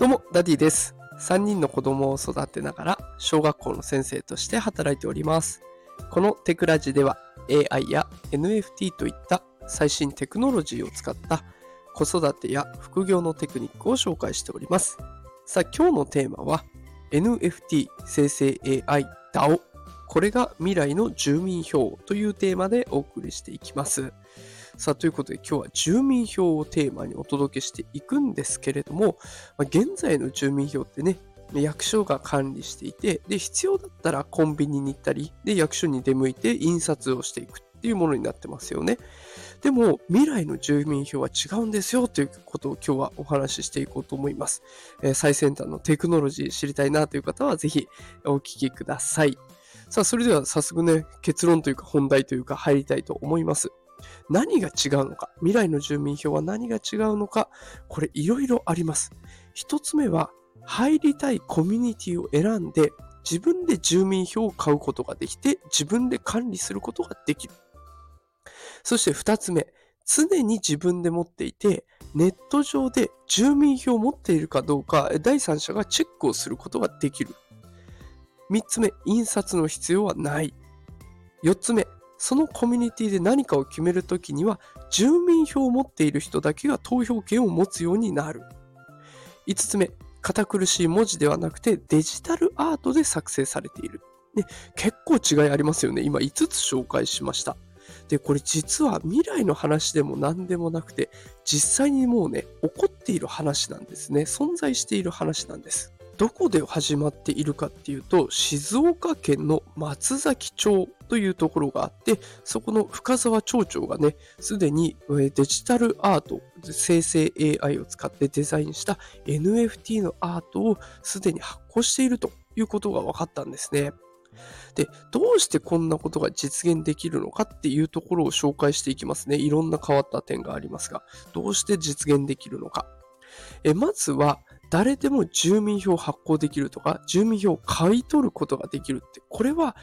どうも、ダディです。3人の子供を育てながら、小学校の先生として働いております。このテクラジでは、AI や NFT といった最新テクノロジーを使った子育てや副業のテクニックを紹介しております。さあ、今日のテーマは、NFT 生成 AI DAO。これが未来の住民票というテーマでお送りしていきます。さあ、ということで今日は住民票をテーマにお届けしていくんですけれども、現在の住民票ってね、役所が管理していて、で、必要だったらコンビニに行ったり、で、役所に出向いて印刷をしていくっていうものになってますよね。でも、未来の住民票は違うんですよということを今日はお話ししていこうと思います。最先端のテクノロジー知りたいなという方はぜひお聞きください。さあ、それでは早速ね、結論というか本題というか入りたいと思います。何が違うのか、未来の住民票は何が違うのか、これいろいろあります。一つ目は、入りたいコミュニティを選んで、自分で住民票を買うことができて、自分で管理することができる。そして二つ目、常に自分で持っていて、ネット上で住民票を持っているかどうか、第三者がチェックをすることができる。三つ目、印刷の必要はない。四つ目、そのコミュニティで何かを決めるときには、住民票を持っている人だけが投票権を持つようになる。5つ目、堅苦しい文字ではなくてデジタルアートで作成されている。ね、結構違いありますよね。今5つ紹介しました。で、これ実は未来の話でも何でもなくて、実際にもうね、起こっている話なんですね。存在している話なんです。どこで始まっているかっていうと、静岡県の松崎町というところがあって、そこの深澤町長がね、すでにデジタルアート、生成 AI を使ってデザインした NFT のアートをすでに発行しているということが分かったんですね。で、どうしてこんなことが実現できるのかっていうところを紹介していきますね。いろんな変わった点がありますが、どうして実現できるのか。まずは、誰でも住民票を発行できるとか、住民票を買い取ることができるって、これは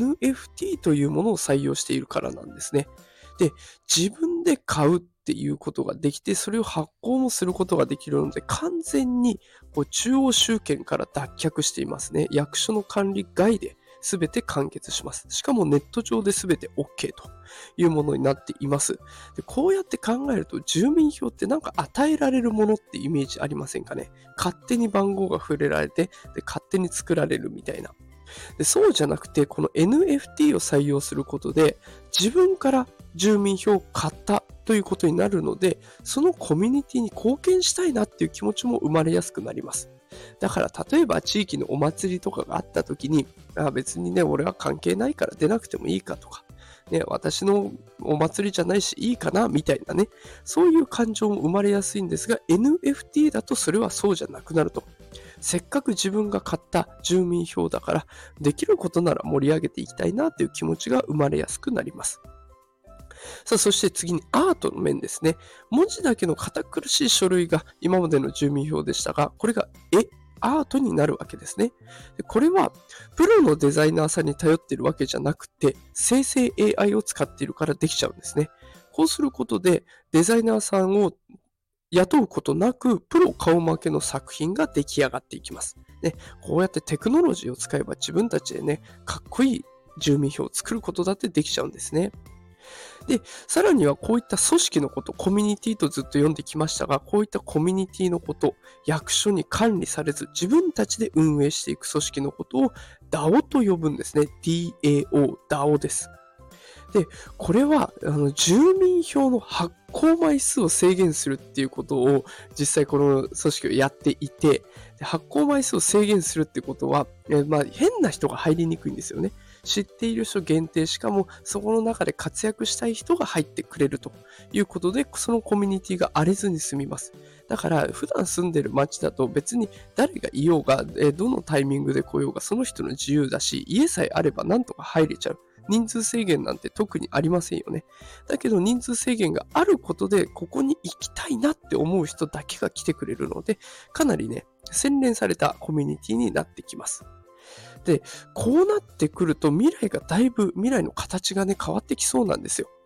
NFT というものを採用しているからなんですね。で、自分で買うっていうことができて、それを発行もすることができるので、完全に中央集権から脱却していますね。役所の管理外で全て完結します。しかもネット上で全て OK というものになっています。で、こうやって考えると住民票ってなんか与えられるものってイメージありませんかね。勝手に番号が触れられて、で勝手に作られるみたいな。で、そうじゃなくて、この NFT を採用することで、自分から住民票を買ったということになるので、そのコミュニティに貢献したいなっていう気持ちも生まれやすくなります。だから例えば地域のお祭りとかがあった時に、別にね、俺は関係ないから出なくてもいいかとか、ね、私のお祭りじゃないしいいかなみたいなね、そういう感情も生まれやすいんですが、NFT だとそれはそうじゃなくなると。せっかく自分が買った住民票だから、できることなら盛り上げていきたいなという気持ちが生まれやすくなります。さあ、そして次にアートの面ですね。文字だけの堅苦しい書類が今までの住民票でしたが、これがアートになるわけですね。で、これはプロのデザイナーさんに頼っているわけじゃなくて、生成 AI を使っているからできちゃうんですね。こうすることでデザイナーさんを雇うことなく、プロ顔負けの作品が出来上がっていきます。ね、こうやってテクノロジーを使えば自分たちでね、かっこいい住民票を作ることだってできちゃうんですね。で、さらにはこういった組織のこと、コミュニティとずっと読んできましたが、こういったコミュニティのこと、役所に管理されず、自分たちで運営していく組織のことを DAO と呼ぶんですね。DAO、DAO です。で、これは、住民票の発行枚数を制限するっていうことを、実際この組織をやっていて、発行枚数を制限するってことは、変な人が入りにくいんですよね。知っている人限定、しかもそこの中で活躍したい人が入ってくれるということで、そのコミュニティが荒れずに済みます。だから、普段住んでる街だと別に誰がいようが、どのタイミングで来ようがその人の自由だし、家さえあればなんとか入れちゃう。人数制限なんて特にありませんよね。だけど人数制限があることで、ここに行きたいなって思う人だけが来てくれるので、かなりね、洗練されたコミュニティになってきます。で、こうなってくると未来の形がね、変わってきそうなんですよ。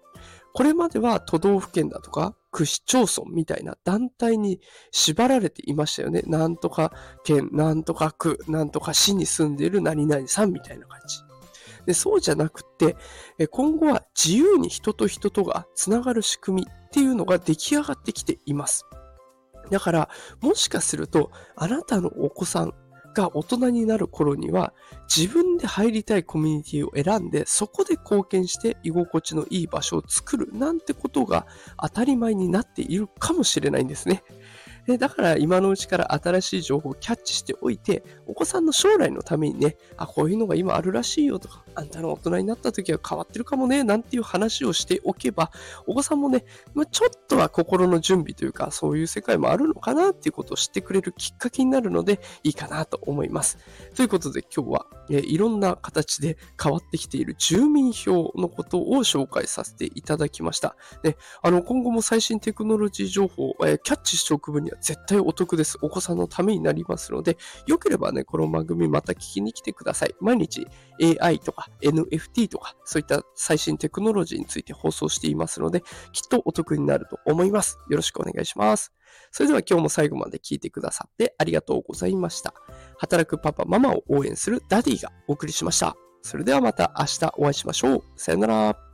これまでは都道府県だとか区市町村みたいな団体に縛られていましたよね。なんとか県、なんとか区、なんとか市に住んでいる何々さんみたいな感じ。で、そうじゃなくて、今後は自由に人と人とがつながる仕組みっていうのが出来上がってきています。だから、もしかすると、あなたのお子さんが大人になる頃には、自分で入りたいコミュニティを選んで、そこで貢献して居心地のいい場所を作るなんてことが当たり前になっているかもしれないんですね。だから今のうちから新しい情報をキャッチしておいて、お子さんの将来のためにね、こういうのが今あるらしいよとか、あんたの大人になった時は変わってるかもね、なんていう話をしておけば、お子さんもね、ちょっとは心の準備というか、そういう世界もあるのかなっていうことを知ってくれるきっかけになるので、いいかなと思います。ということで今日は、いろんな形で変わってきている住民票のことを紹介させていただきました。今後も最新テクノロジー情報を、キャッチしておく分には絶対お得です。お子さんのためになりますので、よければね、この番組また聞きに来てください。毎日 AI とか NFT とか、そういった最新テクノロジーについて放送していますので、きっとお得になると思います。よろしくお願いします。それでは今日も最後まで聞いてくださってありがとうございました。働くパパママを応援するダディがお送りしました。それではまた明日お会いしましょう。さよなら。